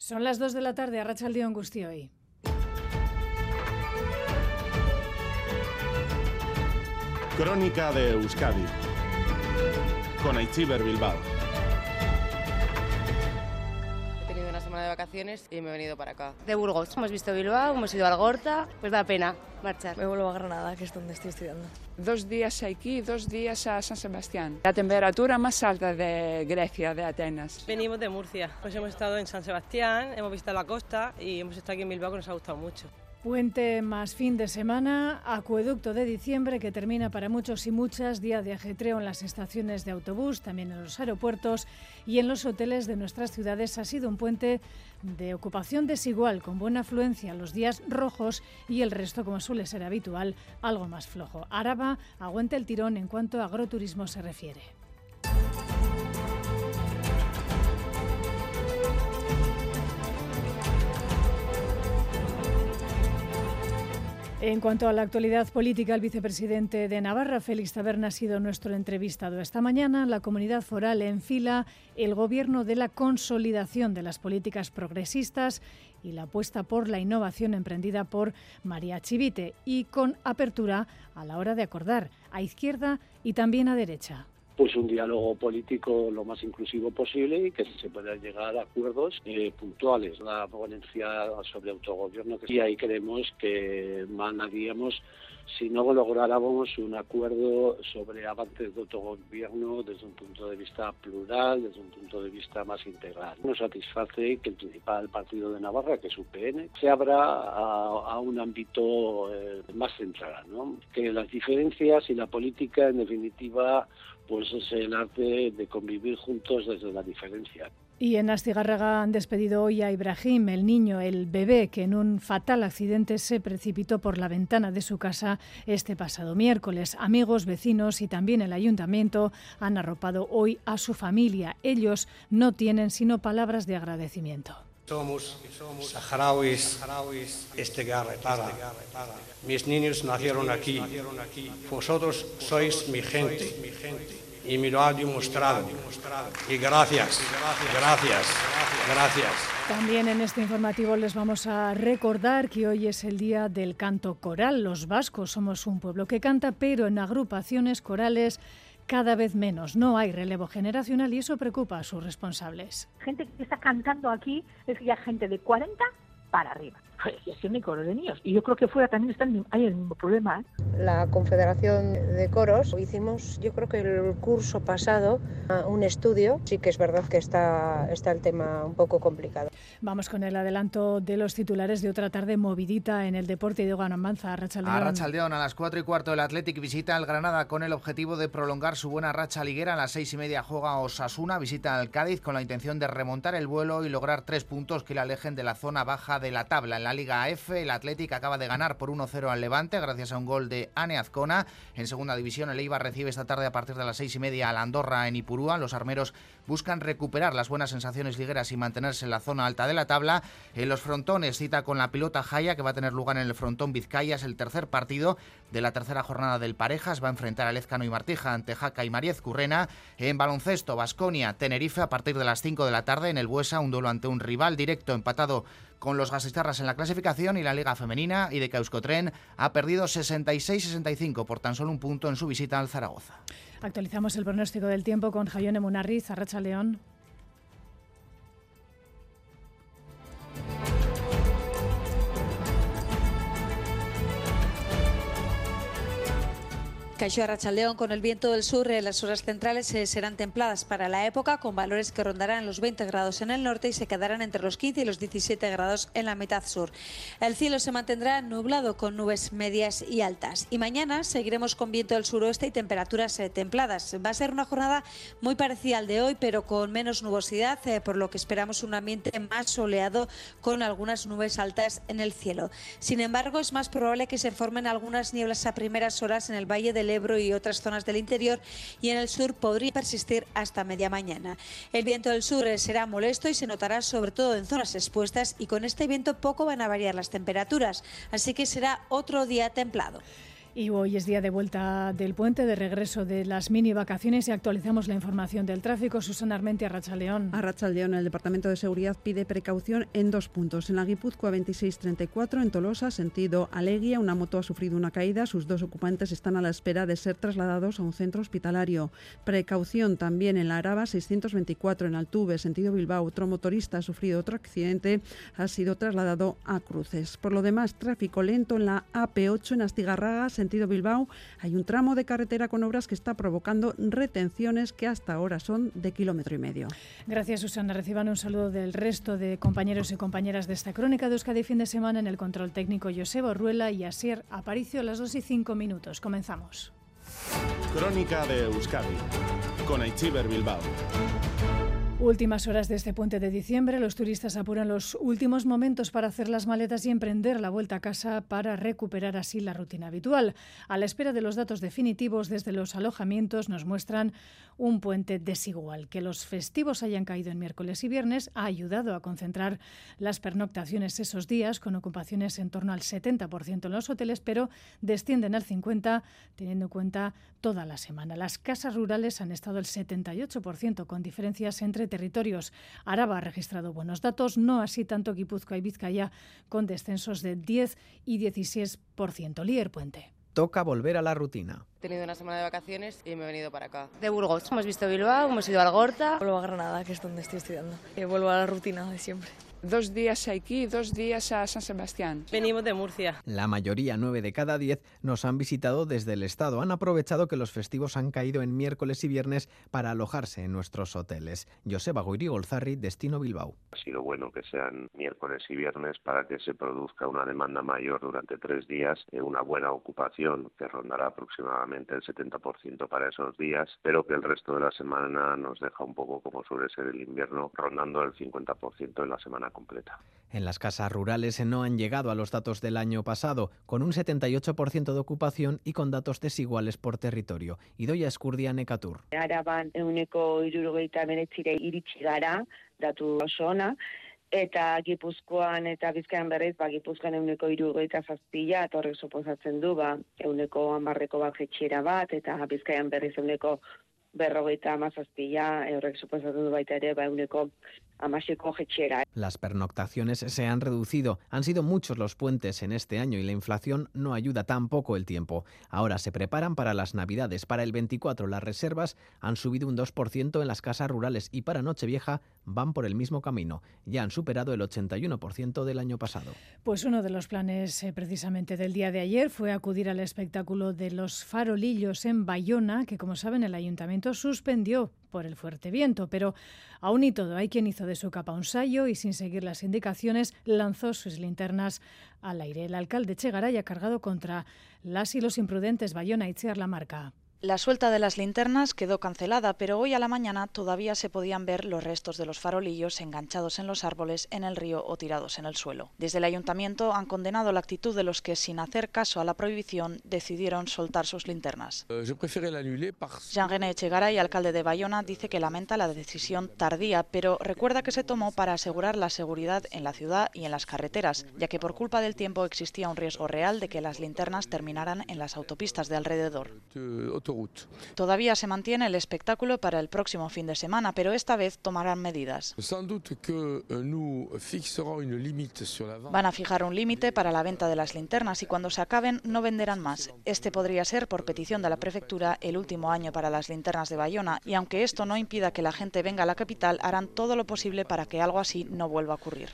Son las 2 de la tarde, arratsaldeon guztioi. Crónica de Euskadi con Aitziber Bilbao. He tenido una semana de vacaciones y me he venido para acá. De Burgos. Hemos visto Bilbao, hemos ido a Algorta, pues da pena marchar. Me vuelvo a Granada, que es donde estoy estudiando. 2 días aquí, 2 días a San Sebastián. La temperatura más alta de Grecia, de Atenas. Venimos de Murcia, pues hemos estado en San Sebastián, hemos visitado la costa y hemos estado aquí en Bilbao, que nos ha gustado mucho. Puente más fin de semana, acueducto de diciembre que termina para muchos y muchas, día de ajetreo en las estaciones de autobús, también en los aeropuertos y en los hoteles de nuestras ciudades. Ha sido un puente de ocupación desigual, con buena afluencia los días rojos y el resto, como suele ser habitual, algo más flojo. Araba aguanta el tirón en cuanto a agroturismo se refiere. En cuanto a la actualidad política, el vicepresidente de Navarra, Félix Taberna, ha sido nuestro entrevistado. Esta mañana, la comunidad foral enfila el gobierno de la consolidación de las políticas progresistas y la apuesta por la innovación emprendida por María Chivite, y con apertura a la hora de acordar a izquierda y también a derecha. Pues un diálogo político lo más inclusivo posible y que se puedan llegar a acuerdos puntuales. La ponencia sobre autogobierno, y ahí creemos que ganaríamos si no lográramos un acuerdo sobre avances de autogobierno desde un punto de vista plural, desde un punto de vista más integral. Nos satisface que el principal partido de Navarra, que es UPN, se abra a un ámbito más central, ¿no? Que las diferencias y la política, en definitiva, pues es el arte de convivir juntos desde la diferencia. Y en Astigarraga han despedido hoy a Ibrahim, el niño, el bebé, que en un fatal accidente se precipitó por la ventana de su casa este pasado miércoles. Amigos, vecinos y también el ayuntamiento han arropado hoy a su familia. Ellos no tienen sino palabras de agradecimiento. Somos saharauis Astigarraga. Mis niños nacieron aquí. Vosotros sois mi gente y me lo ha demostrado. Y gracias. También en este informativo les vamos a recordar que hoy es el día del canto coral. Los vascos somos un pueblo que canta, pero en agrupaciones corales cada vez menos. No hay relevo generacional y eso preocupa a sus responsables. Gente que está cantando aquí es ya gente de 40 para arriba. Y así no hay coro de niños. Y yo creo que fuera también hay el mismo problema, ¿eh? La Confederación de Coros hicimos, yo creo que el curso pasado, un estudio. Sí que es verdad que está el tema un poco complicado. Vamos con el adelanto de los titulares de otra tarde movidita en el deporte. Diego Anamanza, Arratsaldeon. A las 4:15 el Athletic visita al Granada con el objetivo de prolongar su buena racha liguera. A las 6:30 juega Osasuna, visita al Cádiz con la intención de remontar el vuelo y lograr 3 puntos que le alejen de la zona baja de la tabla. En la Liga F, el Athletic acaba de ganar por 1-0 al Levante gracias a un gol de Ane Azcona. En segunda división, el Eibar recibe esta tarde a partir de las 6:30 al Andorra en Ipurúa. Los armeros buscan recuperar las buenas sensaciones ligueras y mantenerse en la zona alta de la tabla. En los frontones, cita con la Pilota Jaya, que va a tener lugar en el frontón Vizcaya. Es el tercer partido de la tercera jornada del Parejas. Va a enfrentar a Lezcano y Martija ante Jaca y Mariez Currena. En baloncesto, Baskonia, Tenerife a partir de las 5 de la tarde en el Buesa. Un duelo ante un rival directo empatado con los Gasistarras en la clasificación. Y la Liga Femenina, IDK Euskotren ha perdido 66-65 por tan solo un punto en su visita al Zaragoza. Actualizamos el pronóstico del tiempo con Jaione Munarriz, arratsaldeon. Kaixo arratsaldeon, con el viento del sur, las horas centrales serán templadas para la época, con valores que rondarán los 20 grados en el norte y se quedarán entre los 15 y los 17 grados en la mitad sur. El cielo se mantendrá nublado con nubes medias y altas. Y mañana seguiremos con viento del suroeste y temperaturas templadas. Va a ser una jornada muy parecida al de hoy, pero con menos nubosidad, por lo que esperamos un ambiente más soleado con algunas nubes altas en el cielo. Sin embargo, es más probable que se formen algunas nieblas a primeras horas en el valle del Ebro y otras zonas del interior, y en el sur podría persistir hasta media mañana. El viento del sur será molesto y se notará sobre todo en zonas expuestas, y con este viento poco van a variar las temperaturas, así que será otro día templado. Y hoy es día de vuelta del puente, de regreso de las mini vacaciones y actualizamos la información del tráfico. Susana Armentia, Arratsaldeón. Arratsaldeón, el Departamento de Seguridad pide precaución en 2 puntos. En la Guipúzcoa 2634, en Tolosa, sentido Aleguia, una moto ha sufrido una caída. Sus 2 ocupantes están a la espera de ser trasladados a un centro hospitalario. Precaución también en la Araba 624, en Altuve, sentido Bilbao. Otro motorista ha sufrido otro accidente, ha sido trasladado a Cruces. Por lo demás, tráfico lento en la AP8 en Astigarraga, sentido Bilbao. Hay un tramo de carretera con obras que está provocando retenciones que hasta ahora son de 1,5 kilómetros. Gracias, Susana. Reciban un saludo del resto de compañeros y compañeras de esta crónica de Euskadi fin de semana. En el control técnico, Joseba Ruela y Asier Aparicio, a las 2:05. Comenzamos. Crónica de Euskadi con Aichiber Bilbao. Últimas horas de este puente de diciembre, los turistas apuran los últimos momentos para hacer las maletas y emprender la vuelta a casa para recuperar así la rutina habitual. A la espera de los datos definitivos desde los alojamientos nos muestran un puente desigual. Que los festivos hayan caído en miércoles y viernes ha ayudado a concentrar las pernoctaciones esos días, con ocupaciones en torno al 70% en los hoteles, pero descienden al 50% teniendo en cuenta toda la semana. Las casas rurales han estado al 78%, con diferencias entre territorios. Araba ha registrado buenos datos, no así tanto Guipúzcoa y Vizcaya, con descensos de 10 y 16%. Lier Puente. Toca volver a la rutina. He tenido una semana de vacaciones y me he venido para acá. De Burgos. Hemos visto Bilbao, hemos ido a Algorta. Vuelvo a Granada, que es donde estoy estudiando. Vuelvo a la rutina de siempre. 2 días aquí, 2 días a San Sebastián. Venimos de Murcia. La mayoría, 9 de cada 10, nos han visitado desde el Estado. Han aprovechado que los festivos han caído en miércoles y viernes para alojarse en nuestros hoteles. Joseba Goirigolzarri, Destino Bilbao. Ha sido bueno que sean miércoles y viernes para que se produzca una demanda mayor durante 3 días, una buena ocupación que rondará aproximadamente el 70% para esos días, pero que el resto de la semana nos deja un poco como suele ser el invierno, rondando el 50% en la semana completa. En las casas rurales no han llegado a los datos del año pasado, con un 78% de ocupación y con datos desiguales por territorio. Idoia Eskurdia, Nekatur. Araban 179 iritsi gara, datu oso ona, eta Gipuzkoan eta Bizkaian berriz, Gipuzkoan 177, eta horrek suposatzen du, 110 bat jaitsiera bat, eta Bizkaian berriz 157, horrek suposatzen du baita ere, 110 jaitsiera. Las pernoctaciones se han reducido. Han sido muchos los puentes en este año y la inflación no ayuda tampoco el tiempo. Ahora se preparan para las Navidades. Para el 24 las reservas han subido un 2% en las casas rurales y para Nochevieja van por el mismo camino. Ya han superado el 81% del año pasado. Pues uno de los planes precisamente del día de ayer fue acudir al espectáculo de los farolillos en Bayona, que como saben el ayuntamiento suspendió por el fuerte viento, pero aún y todo hay quien hizo de su capa un sayo y sin seguir las indicaciones lanzó sus linternas al aire. El alcalde Echegaray ha cargado contra las y los imprudentes. Bayona, Itziar Lamarca. La suelta de las linternas quedó cancelada, pero hoy a la mañana todavía se podían ver los restos de los farolillos enganchados en los árboles, en el río o tirados en el suelo. Desde el ayuntamiento han condenado la actitud de los que, sin hacer caso a la prohibición, decidieron soltar sus linternas. Jean-René Echegaray, alcalde de Bayona, dice que lamenta la decisión tardía, pero recuerda que se tomó para asegurar la seguridad en la ciudad y en las carreteras, ya que por culpa del tiempo existía un riesgo real de que las linternas terminaran en las autopistas de alrededor. Todavía se mantiene el espectáculo para el próximo fin de semana, pero esta vez tomarán medidas. Van a fijar un límite para la venta de las linternas y cuando se acaben no venderán más. Este podría ser, por petición de la prefectura, el último año para las linternas de Bayona y aunque esto no impida que la gente venga a la capital, harán todo lo posible para que algo así no vuelva a ocurrir.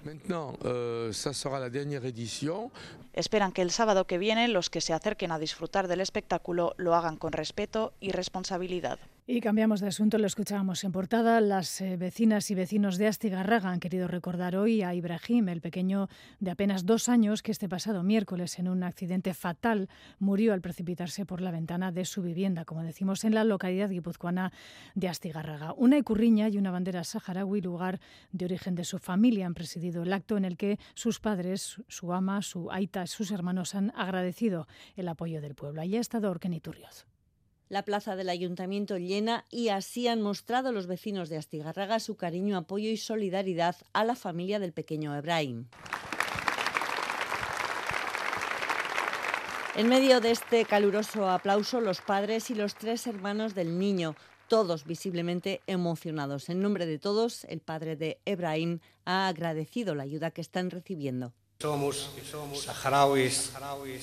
Esperan que el sábado que viene los que se acerquen a disfrutar del espectáculo lo hagan con respeto y responsabilidad. Y cambiamos de asunto, lo escuchábamos en portada. Las vecinas y vecinos de Astigarraga han querido recordar hoy a Ibrahim, el pequeño de apenas 2 años que este pasado miércoles en un accidente fatal murió al precipitarse por la ventana de su vivienda, como decimos, en la localidad guipuzcoana de Astigarraga. Una ikurriña y una bandera saharaui, lugar de origen de su familia, han presidido el acto en el que sus padres, su ama, su aita, sus hermanos han agradecido el apoyo del pueblo. Allí ha estado Orken Iturrioz. La plaza del ayuntamiento llena y así han mostrado los vecinos de Astigarraga su cariño, apoyo y solidaridad a la familia del pequeño Ibrahim. En medio de este caluroso aplauso, los padres y los 3 hermanos del niño, todos visiblemente emocionados. En nombre de todos, el padre de Ebrahim ha agradecido la ayuda que están recibiendo. Somos saharauis,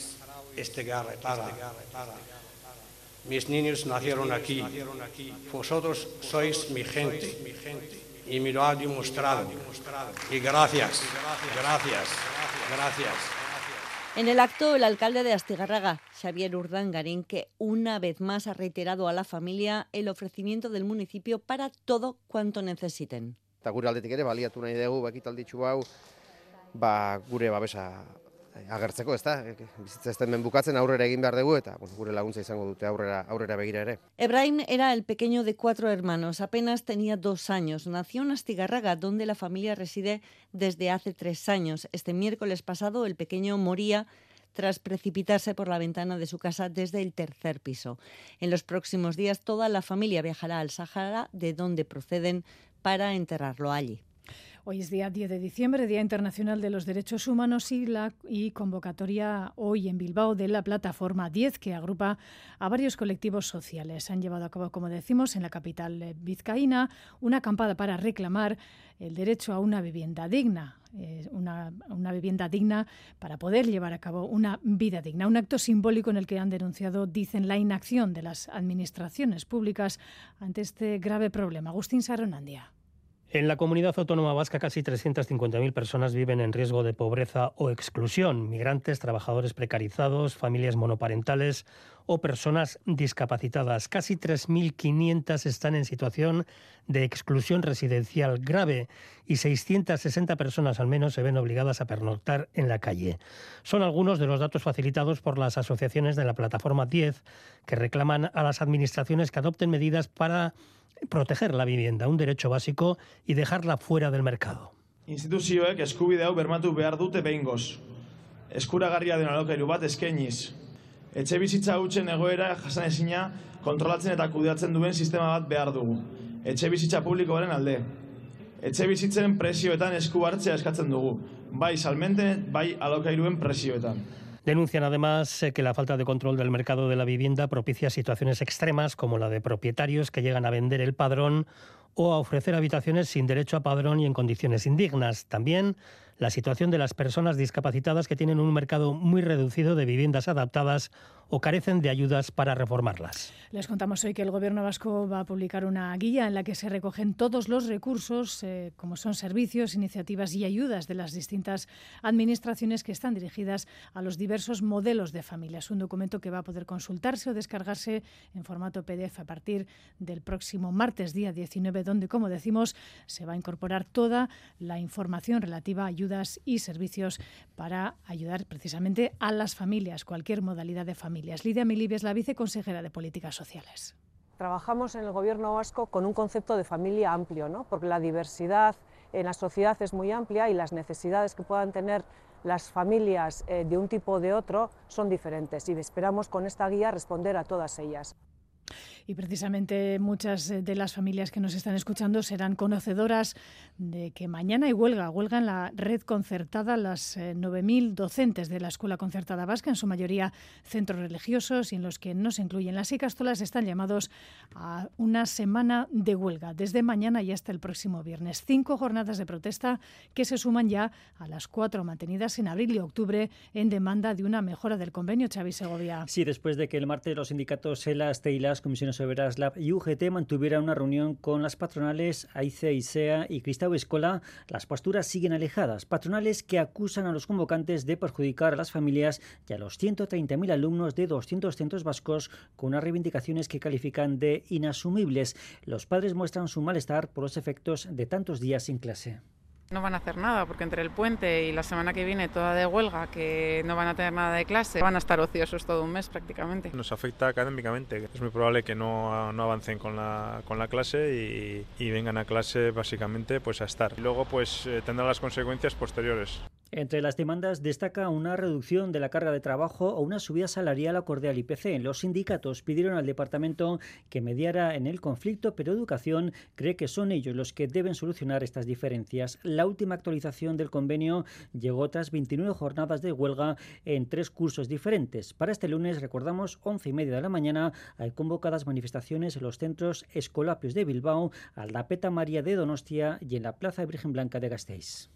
mis niños nacieron aquí, vosotros sois mi gente y me lo ha demostrado. Y gracias. En el acto, el alcalde de Astigarraga, Xavier Urdangarín, que una vez más ha reiterado a la familia el ofrecimiento del municipio para todo cuanto necesiten. Eta gure aldetik ere baliatu nahi dugu ekitalditxu hau gure babesa agertzeko, ezta? Bizitza ez den bukatzen aurrera egin behar dugu eta gure laguntza izango dute aurrera begira ere. Ebrahim era el pequeño de 4 hermanos, apenas tenía 2 años. Nació en Astigarraga, donde la familia reside desde hace 3 años. Este miércoles pasado el pequeño moría tras precipitarse por la ventana de su casa desde el 3er piso. En los próximos días toda la familia viajará al Sáhara, de donde proceden, para enterrarlo allí. Hoy es día 10 de diciembre, Día Internacional de los Derechos Humanos y convocatoria hoy en Bilbao de la Plataforma 10, que agrupa a varios colectivos sociales. Se han llevado a cabo, como decimos, en la capital vizcaína, una acampada para reclamar el derecho a una vivienda digna. Una vivienda digna para poder llevar a cabo una vida digna. Un acto simbólico en el que han denunciado, dicen, la inacción de las administraciones públicas ante este grave problema. Agustín Saronandia. En la comunidad autónoma vasca casi 350.000 personas viven en riesgo de pobreza o exclusión. Migrantes, trabajadores precarizados, familias monoparentales o personas discapacitadas. Casi 3.500 están en situación de exclusión residencial grave y 660 personas al menos se ven obligadas a pernoctar en la calle. Son algunos de los datos facilitados por las asociaciones de la Plataforma 10 que reclaman a las administraciones que adopten medidas para proteger la vivienda, un derecho básico, y dejarla fuera del mercado. Instituzioek eskubide hau bermatu behar dute behingoz. Eskuragarria den alokairu bat eskainiz. Etxebizitza hutsen egoera jasanezina kontrolatzen eta kudeatzen duen sistema bat behar dugu. Etxebizitza publikoaren alde. Etxebizitzen presioetan esku hartzea eskatzen dugu. Bai salmenten, bai alokairuen presioetan. Denuncian además que la falta de control del mercado de la vivienda propicia situaciones extremas como la de propietarios que llegan a vender el padrón o a ofrecer habitaciones sin derecho a padrón y en condiciones indignas. También la situación de las personas discapacitadas que tienen un mercado muy reducido de viviendas adaptadas o carecen de ayudas para reformarlas. Les contamos hoy que el Gobierno vasco va a publicar una guía en la que se recogen todos los recursos, como son servicios, iniciativas y ayudas de las distintas administraciones que están dirigidas a los diversos modelos de familias. Un documento que va a poder consultarse o descargarse en formato PDF a partir del próximo martes, día 19, donde, como decimos, se va a incorporar toda la información relativa a ayudas y servicios para ayudar precisamente a las familias, cualquier modalidad de familias. Lidia Milivi es la viceconsejera de Políticas Sociales. Trabajamos en el Gobierno vasco con un concepto de familia amplio, ¿no? Porque la diversidad en la sociedad es muy amplia y las necesidades que puedan tener las familias de un tipo o de otro son diferentes y esperamos con esta guía responder a todas ellas. Y precisamente muchas de las familias que nos están escuchando serán conocedoras de que mañana hay huelga en la red concertada, las 9.000 docentes de la Escuela Concertada Vasca, en su mayoría centros religiosos y en los que no se incluyen las ikastolas, están llamados a una semana de huelga, desde mañana y hasta el próximo viernes. 5 jornadas de protesta que se suman ya a las 4 mantenidas en abril y octubre en demanda de una mejora del convenio. Xavi Segovia. Sí, después de que el martes los sindicatos SELAS, TEILAS, Comisiones Obreras, LAB y UGT mantuvieran una reunión con las patronales AICE, ISEA y Kristau Eskola, las posturas siguen alejadas. Patronales que acusan a los convocantes de perjudicar a las familias y a los 130.000 alumnos de 200 centros vascos con unas reivindicaciones que califican de inasumibles. Los padres muestran su malestar por los efectos de tantos días sin clase. No van a hacer nada, porque entre el puente y la semana que viene toda de huelga, que no van a tener nada de clase, van a estar ociosos todo un mes prácticamente. Nos afecta académicamente. Es muy probable que no avancen con la clase y vengan a clase básicamente pues a estar. Y luego pues tendrán las consecuencias posteriores. Entre las demandas destaca una reducción de la carga de trabajo o una subida salarial acorde al IPC. Los sindicatos pidieron al departamento que mediara en el conflicto, pero Educación cree que son ellos los que deben solucionar estas diferencias. La última actualización del convenio llegó tras 29 jornadas de huelga en 3 cursos diferentes. Para este lunes, recordamos, 11:30 de la mañana, hay convocadas manifestaciones en los centros Escolapios de Bilbao, Aldapeta María de Donostia y en la Plaza de Virgen Blanca de Gasteiz.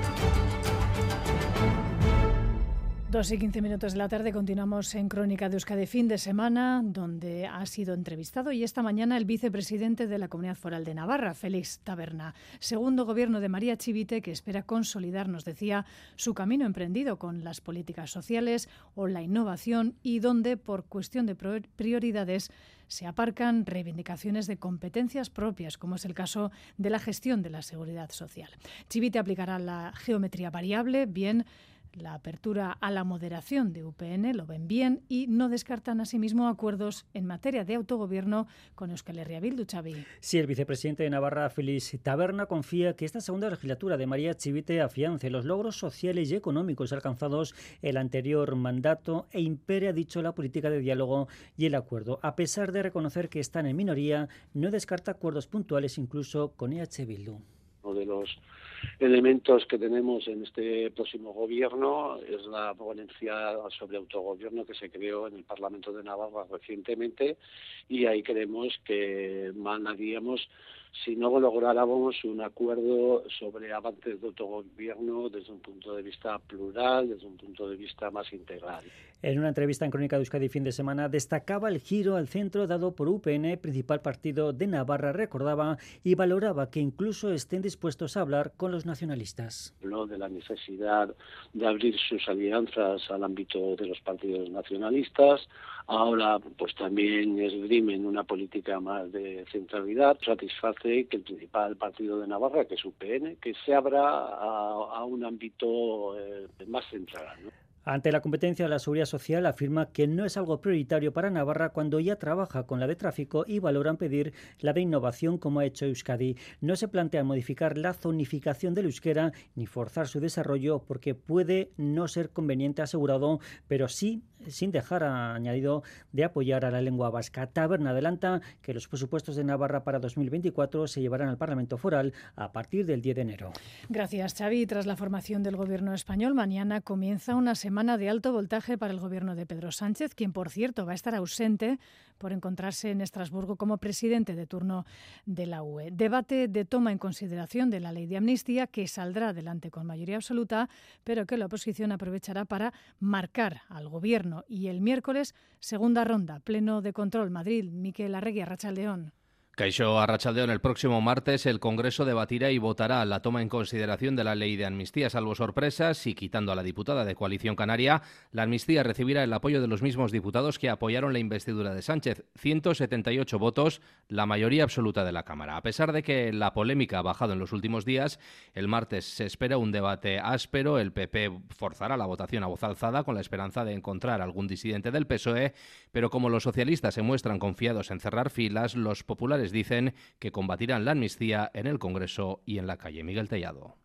2:15 de la tarde, continuamos en Crónica de Euskadi fin de semana, donde ha sido entrevistado y esta mañana el vicepresidente de la Comunidad Foral de Navarra, Félix Taberna. Segundo gobierno de María Chivite, que espera consolidar, nos decía, su camino emprendido con las políticas sociales o la innovación y donde, por cuestión de prioridades, se aparcan reivindicaciones de competencias propias, como es el caso de la gestión de la seguridad social. Chivite aplicará la geometría variable, bien la apertura a la moderación de UPN, lo ven bien, y no descartan asimismo acuerdos en materia de autogobierno con Euskal Herria Bildu, Xavi. Sí, el vicepresidente de Navarra, Félix Taberna, confía que esta segunda legislatura de María Chivite afiance los logros sociales y económicos alcanzados el anterior mandato e impere, ha dicho, la política de diálogo y el acuerdo. A pesar de reconocer que están en minoría, no descarta acuerdos puntuales incluso con EH Bildu. Uno de los elementos que tenemos en este próximo gobierno es la ponencia sobre autogobierno que se creó en el Parlamento de Navarra recientemente, y ahí creemos que ganaríamos si no lográramos un acuerdo sobre avances de autogobierno desde un punto de vista plural, desde un punto de vista más integral. En una entrevista en Crónica de Euskadi fin de semana, destacaba el giro al centro dado por UPN, principal partido de Navarra, recordaba y valoraba que incluso estén dispuestos a hablar con los nacionalistas. Habló de la necesidad de abrir sus alianzas al ámbito de los partidos nacionalistas. Ahora, pues también esgrimen una política más de centralidad. Satisface que el principal partido de Navarra, que es UPN, que se abra a un ámbito más central, ¿no? Ante la competencia de la seguridad social, afirma que no es algo prioritario para Navarra cuando ya trabaja con la de tráfico y valoran pedir la de innovación como ha hecho Euskadi. No se plantea modificar la zonificación del euskera ni forzar su desarrollo porque puede no ser conveniente, asegurado, pero sí sin dejar, añadido, de apoyar a la lengua vasca. Taberna adelanta que los presupuestos de Navarra para 2024 se llevarán al Parlamento Foral a partir del 10 de enero. Gracias, Xavi. Tras la formación del gobierno español, mañana comienza una semana de alto voltaje para el gobierno de Pedro Sánchez, quien, por cierto, va a estar ausente por encontrarse en Estrasburgo como presidente de turno de la UE. Debate de toma en consideración de la ley de amnistía, que saldrá adelante con mayoría absoluta, pero que la oposición aprovechará para marcar al gobierno. Y el miércoles, segunda ronda, pleno de control, Madrid. Miquel Arregui, Arratsaldeón. Caixo, Arratsaldeón, el próximo martes el Congreso debatirá y votará la toma en consideración de la ley de amnistía. Salvo sorpresas y quitando a la diputada de Coalición Canaria, la amnistía recibirá el apoyo de los mismos diputados que apoyaron la investidura de Sánchez. 178 votos, la mayoría absoluta de la Cámara. A pesar de que la polémica ha bajado en los últimos días, el martes se espera un debate áspero. El PP forzará la votación a voz alzada con la esperanza de encontrar algún disidente del PSOE, pero como los socialistas se muestran confiados en cerrar filas, los populares dicen que combatirán la amnistía en el Congreso y en la calle. Miguel Tellado.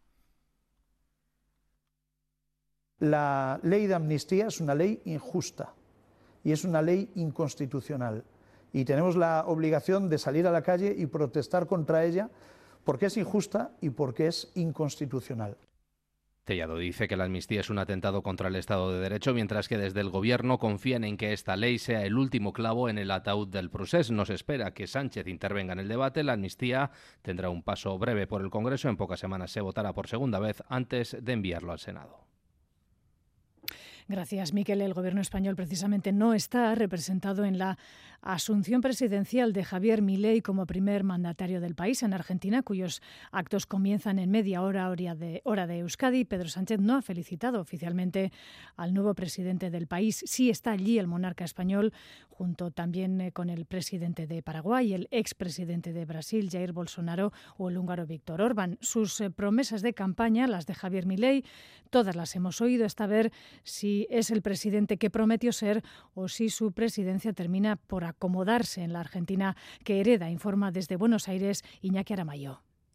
La ley de amnistía es una ley injusta y es una ley inconstitucional. Y tenemos la obligación de salir a la calle y protestar contra ella porque es injusta y porque es inconstitucional. Tellado dice que la amnistía es un atentado contra el Estado de Derecho, mientras que desde el Gobierno confían en que esta ley sea el último clavo en el ataúd del procés. No se espera que Sánchez intervenga en el debate. La amnistía tendrá un paso breve por el Congreso. En pocas semanas se votará por segunda vez antes de enviarlo al Senado. Gracias, Miquel. El gobierno español precisamente no está representado en la asunción presidencial de Javier Milei como primer mandatario del país en Argentina, cuyos actos comienzan en media hora de Euskadi. Pedro Sánchez no ha felicitado oficialmente al nuevo presidente del país. Sí está allí el monarca español, junto también con el presidente de Paraguay, el expresidente de Brasil, Jair Bolsonaro, o el húngaro Viktor Orbán. Sus promesas de campaña, las de Javier Milei, todas las hemos oído. Está a ver si es el presidente que prometió ser o si su presidencia termina por acomodarse en la Argentina que hereda, informa desde Buenos Aires Iñaki Aramayo.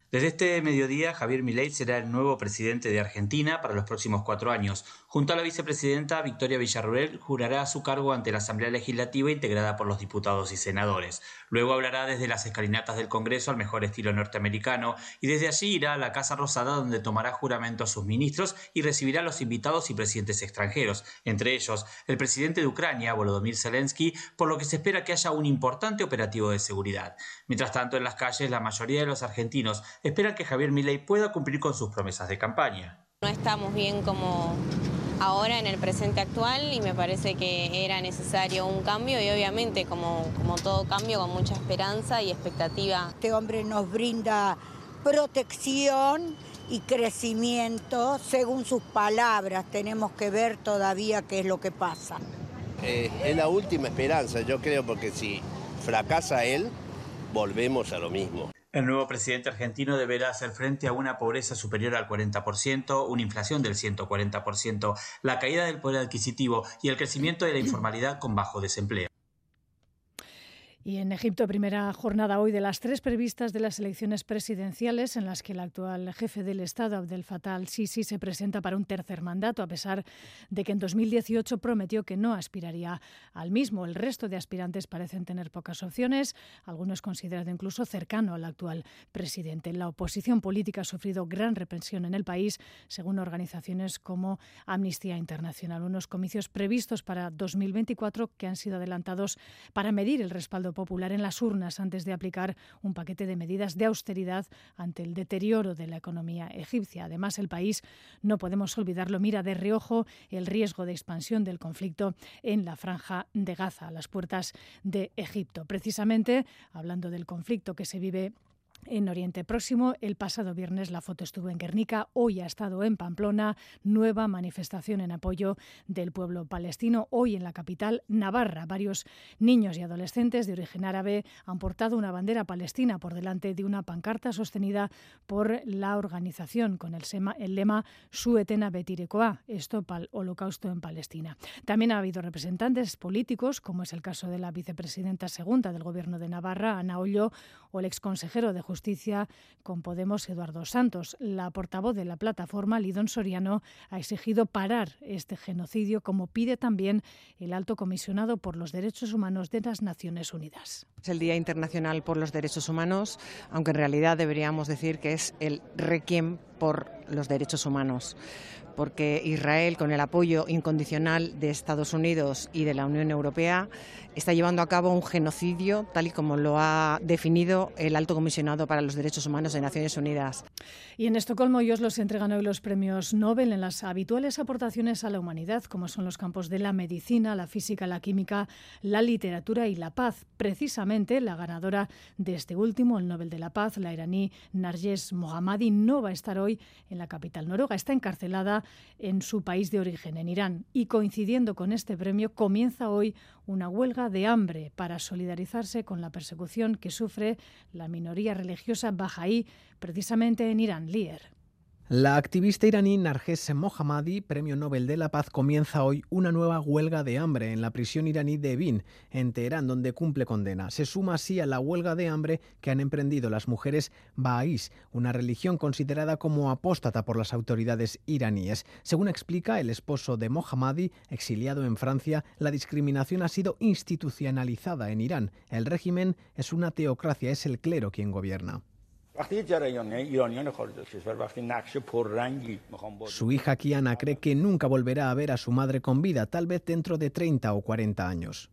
Desde este mediodía, Javier Milei será el nuevo presidente de Argentina para los próximos 4 años. Junto a la vicepresidenta Victoria Villarruel, jurará su cargo ante la Asamblea Legislativa integrada por los diputados y senadores. Luego hablará desde las escalinatas del Congreso al mejor estilo norteamericano y desde allí irá a la Casa Rosada, donde tomará juramento a sus ministros y recibirá a los invitados y presidentes extranjeros, entre ellos el presidente de Ucrania, Volodymyr Zelensky, por lo que se espera que haya un importante operativo de seguridad. Mientras tanto, en las calles, la mayoría de los argentinos esperan que Javier Milei pueda cumplir con sus promesas de campaña. No estamos bien como ahora en el presente actual y me parece que era necesario un cambio y obviamente como todo cambio con mucha esperanza y expectativa. Este hombre nos brinda protección y crecimiento según sus palabras. Tenemos que ver todavía qué es lo que pasa. Es la última esperanza, yo creo, porque si fracasa él, volvemos a lo mismo. El nuevo presidente argentino deberá hacer frente a una pobreza superior al 40%, una inflación del 140%, la caída del poder adquisitivo y el crecimiento de la informalidad con bajo desempleo. Y en Egipto, primera jornada hoy de las 3 previstas de las elecciones presidenciales en las que el actual jefe del Estado, Abdel Fattah al-Sisi, se presenta para un tercer mandato, a pesar de que en 2018 prometió que no aspiraría al mismo. El resto de aspirantes parecen tener pocas opciones, algunos considerado incluso cercano al actual presidente. La oposición política ha sufrido gran represión en el país, según organizaciones como Amnistía Internacional. Unos comicios previstos para 2024 que han sido adelantados para medir el respaldo popular en las urnas antes de aplicar un paquete de medidas de austeridad ante el deterioro de la economía egipcia. Además, el país, no podemos olvidarlo, mira de reojo el riesgo de expansión del conflicto en la Franja de Gaza, a las puertas de Egipto. Precisamente, hablando del conflicto que se vive en Oriente Próximo, el pasado viernes la foto estuvo en Guernica, hoy ha estado en Pamplona, nueva manifestación en apoyo del pueblo palestino. Hoy en la capital, Navarra, varios niños y adolescentes de origen árabe han portado una bandera palestina por delante de una pancarta sostenida por la organización con el lema Su etena betirekoa, Stop al Holocausto en Palestina. También ha habido representantes políticos, como es el caso de la vicepresidenta segunda del Gobierno de Navarra, Ana Ollo, o el exconsejero de Justicia con Podemos, Eduardo Santos. La portavoz de la plataforma, Lidón Soriano, ha exigido parar este genocidio, como pide también el alto comisionado por los derechos humanos de las Naciones Unidas. Es el Día Internacional por los Derechos Humanos, aunque en realidad deberíamos decir que es el requiem por los derechos humanos, porque Israel, con el apoyo incondicional de Estados Unidos y de la Unión Europea, está llevando a cabo un genocidio, tal y como lo ha definido el Alto Comisionado para los Derechos Humanos de Naciones Unidas. Y en Estocolmo y Oslo se entregan hoy los premios Nobel en las habituales aportaciones a la humanidad, como son los campos de la medicina, la física, la química, la literatura y la paz. Precisamente la ganadora de este último, el Nobel de la Paz, la iraní Narges Mohammadi, no va a estar hoy en la capital noruega. Está encarcelada en su país de origen, en Irán. Y coincidiendo con este premio, comienza hoy una huelga de hambre para solidarizarse con la persecución que sufre la minoría religiosa bahaí, precisamente en Irán. Lier. La activista iraní Narges Mohammadi, Premio Nobel de la Paz, comienza hoy una nueva huelga de hambre en la prisión iraní de Evin, en Teherán, donde cumple condena. Se suma así a la huelga de hambre que han emprendido las mujeres bahaís, una religión considerada como apóstata por las autoridades iraníes. Según explica el esposo de Mohammadi, exiliado en Francia, la discriminación ha sido institucionalizada en Irán. El régimen es una teocracia, es el clero quien gobierna. Su hija Kiana cree que nunca volverá a ver a su madre con vida, tal vez dentro de 30 o 40 años.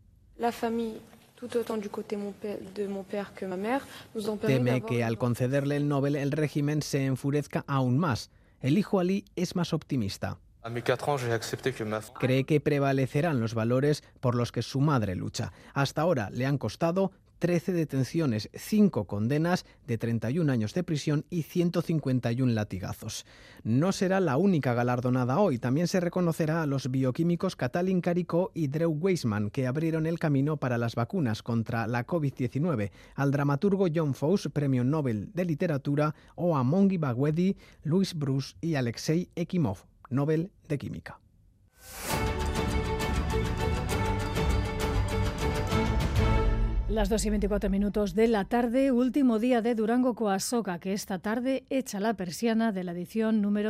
Teme que al concederle el Nobel el régimen se enfurezca aún más. El hijo Ali es más optimista. Cree que prevalecerán los valores por los que su madre lucha. Hasta ahora le han costado 13 detenciones, 5 condenas de 31 años de prisión y 151 latigazos. No será la única galardonada hoy. También se reconocerá a los bioquímicos Katalin Karikó y Drew Weissman, que abrieron el camino para las vacunas contra la COVID-19, al dramaturgo John Fowles, Premio Nobel de Literatura, o a Mongi Bagwedi, Louis Bruce y Alexei Ekimov, Nobel de Química. Las 2:24 de la tarde, último día de Durango Coasoca, que esta tarde echa la persiana de la edición número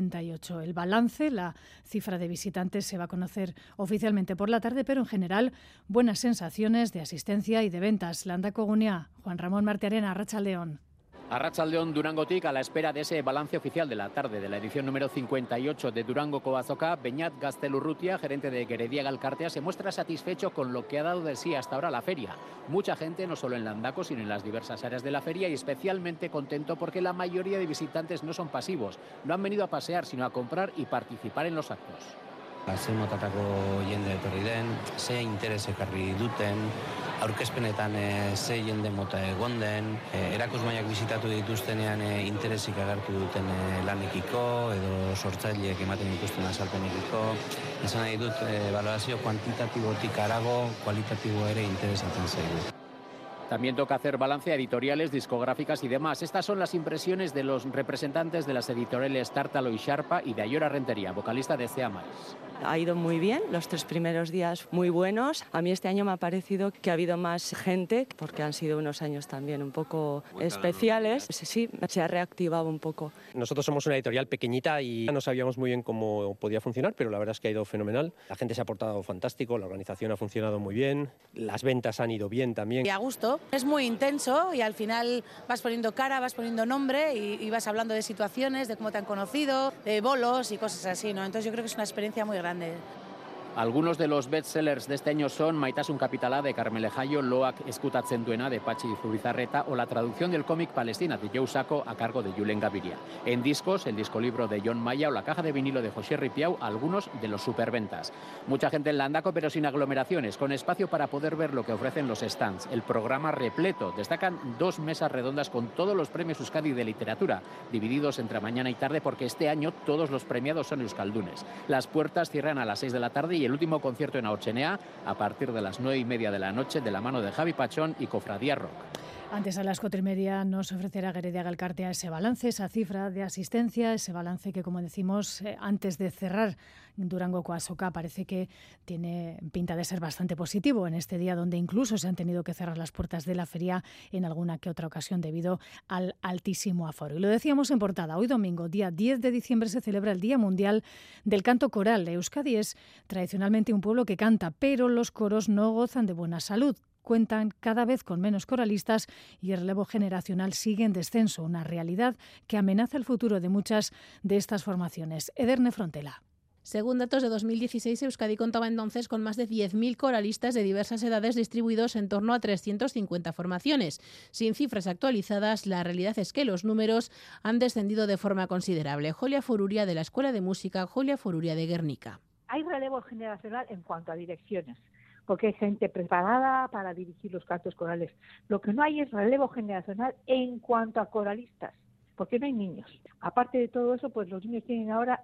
58. El balance, la cifra de visitantes, se va a conocer oficialmente por la tarde, pero en general buenas sensaciones de asistencia y de ventas. Landako Gunea, Juan Ramón Martiarena, Arratsaldeon. Arratsaldeon, Durangotik, a la espera de ese balance oficial de la tarde de la edición número 58 de Durango Coazoka, Beñat Gaztelurrutia, gerente de Gerediaga Elkartea, se muestra satisfecho con lo que ha dado de sí hasta ahora la feria. Mucha gente, no solo en Landako, sino en las diversas áreas de la feria, y especialmente contento porque la mayoría de visitantes no son pasivos, no han venido a pasear, sino a comprar y participar en los actos. Zein motatako jende etorri den, ze interes ekarri duten, aurkezpenetan ze jende mota egon den, erakusmaiak bisitatu dituztenean interesik agertu duten lanekiko edo sortzaileek ematen dituzten azalpenekiko. Esan nahi dut, balorazio kuantitatibotik harago, kualitatibo ere interesatzen zaigu. También toca hacer balance a editoriales, discográficas y demás. Estas son las impresiones de los representantes de las editoriales Tártalo y Sharpa y de Ayora Rentería, vocalista de Sea Mais. Ha ido muy bien, los 3 primeros días muy buenos. A mí este año me ha parecido que ha habido más gente, porque han sido unos años también un poco especiales. Sí, se ha reactivado un poco. Nosotros somos una editorial pequeñita y no sabíamos muy bien cómo podía funcionar, pero la verdad es que ha ido fenomenal. La gente se ha portado fantástico, la organización ha funcionado muy bien, las ventas han ido bien también. Y a gusto, es muy intenso y al final vas poniendo cara, vas poniendo nombre y vas hablando de situaciones, de cómo te han conocido, de bolos y cosas así, ¿no? Entonces yo creo que es una experiencia muy grande. Algunos de los bestsellers de este año son Maitasun Kapitala de Carmele Jaio, Loak eskutatzen duena de Patxi Zubizarreta o la traducción del cómic Palestina de Joe Sacco a cargo de Julen Gaviria. En discos, el discolibro de John Maya o la caja de vinilo de José Ripiau, algunos de los superventas. Mucha gente en Landako, pero sin aglomeraciones, con espacio para poder ver lo que ofrecen los stands. El programa repleto. Destacan 2 mesas redondas con todos los premios Euskadi de literatura, divididos entre mañana y tarde porque este año todos los premiados son euskaldunes. Las puertas cierran a las 6 de la tarde y el último concierto en Ahotsenea a partir de las 9:30 de la noche de la mano de Javi Pachón y Cofradía Rock. Antes, a las 4:30, nos ofrecerá Gerediaga Elkartea ese balance, esa cifra de asistencia, ese balance que, como decimos, antes de cerrar Durango Coasoca, parece que tiene pinta de ser bastante positivo en este día donde incluso se han tenido que cerrar las puertas de la feria en alguna que otra ocasión debido al altísimo aforo. Y lo decíamos en portada, hoy domingo, día 10 de diciembre, se celebra el Día Mundial del Canto Coral. Euskadi es tradicionalmente un pueblo que canta, pero los coros no gozan de buena salud. Cuentan cada vez con menos coralistas y el relevo generacional sigue en descenso, una realidad que amenaza el futuro de muchas de estas formaciones. Ederne Frontela. Según datos de 2016, Euskadi contaba entonces con más de 10.000 coralistas de diversas edades distribuidos en torno a 350 formaciones. Sin cifras actualizadas, la realidad es que los números han descendido de forma considerable. Jolia Foruria, de la Escuela de Música Jolia Foruria de Guernica. Hay relevo generacional en cuanto a direcciones, porque hay gente preparada para dirigir los cantos corales. Lo que no hay es relevo generacional en cuanto a coralistas, porque no hay niños. Aparte de todo eso, pues los niños tienen ahora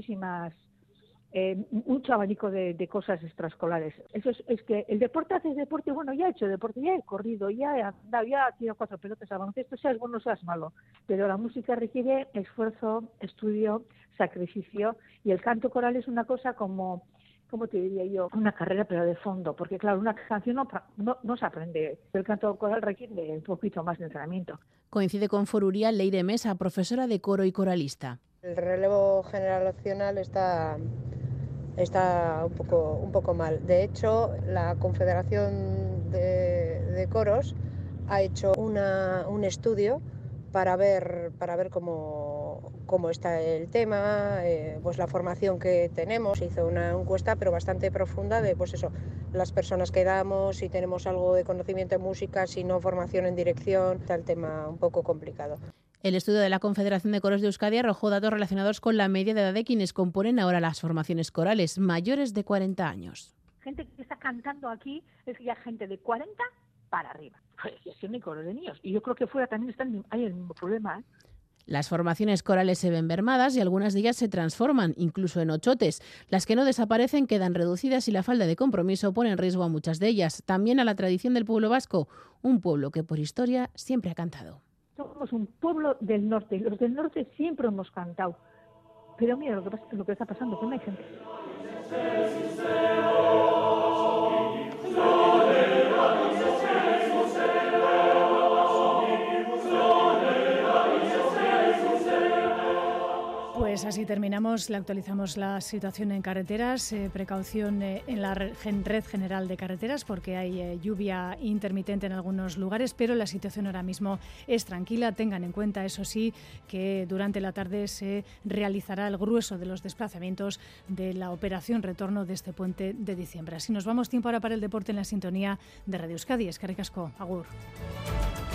mucho abanico de cosas extraescolares. Eso es que el deporte hace deporte, bueno, ya he hecho deporte, ya he corrido, ya he andado, ya he tirado 4 pelotas al baloncesto, seas bueno, seas malo. Pero la música requiere esfuerzo, estudio, sacrificio, y el canto coral es una cosa como te diría yo, una carrera pero de fondo, porque claro, una canción no se aprende. El canto coral requiere un poquito más de entrenamiento. Coincide con Foruria Leire Mesa, profesora de coro y coralista. El relevo generacional está un poco mal. De hecho, la Confederación de Coros ha hecho un estudio para ver cómo está el tema, pues la formación que tenemos. Se hizo una encuesta pero bastante profunda de pues eso, las personas que damos, si tenemos algo de conocimiento en música, si no formación en dirección, está el tema un poco complicado. El estudio de la Confederación de Coros de Euskadi arrojó datos relacionados con la media de edad de quienes componen ahora las formaciones corales, mayores de 40 años. Gente que está cantando aquí es ya gente de 40 para arriba. Y así no hay coros de niños. Y yo creo que fuera también hay el mismo problema, ¿eh? Las formaciones corales se ven mermadas y algunas de ellas se transforman, incluso en ochotes. Las que no desaparecen quedan reducidas y la falta de compromiso pone en riesgo a muchas de ellas. También a la tradición del pueblo vasco, un pueblo que por historia siempre ha cantado. Somos un pueblo del norte y los del norte siempre hemos cantado. Pero mira lo que está pasando, que no hay gente. así terminamos, le actualizamos la situación en carreteras, precaución en la red general de carreteras porque hay lluvia intermitente en algunos lugares, pero la situación ahora mismo es tranquila. Tengan en cuenta, eso sí, que durante la tarde se realizará el grueso de los desplazamientos de la operación retorno de este puente de diciembre. Así nos vamos, tiempo ahora para el deporte en la sintonía de Radio Euskadi. Eskerrik asko, agur.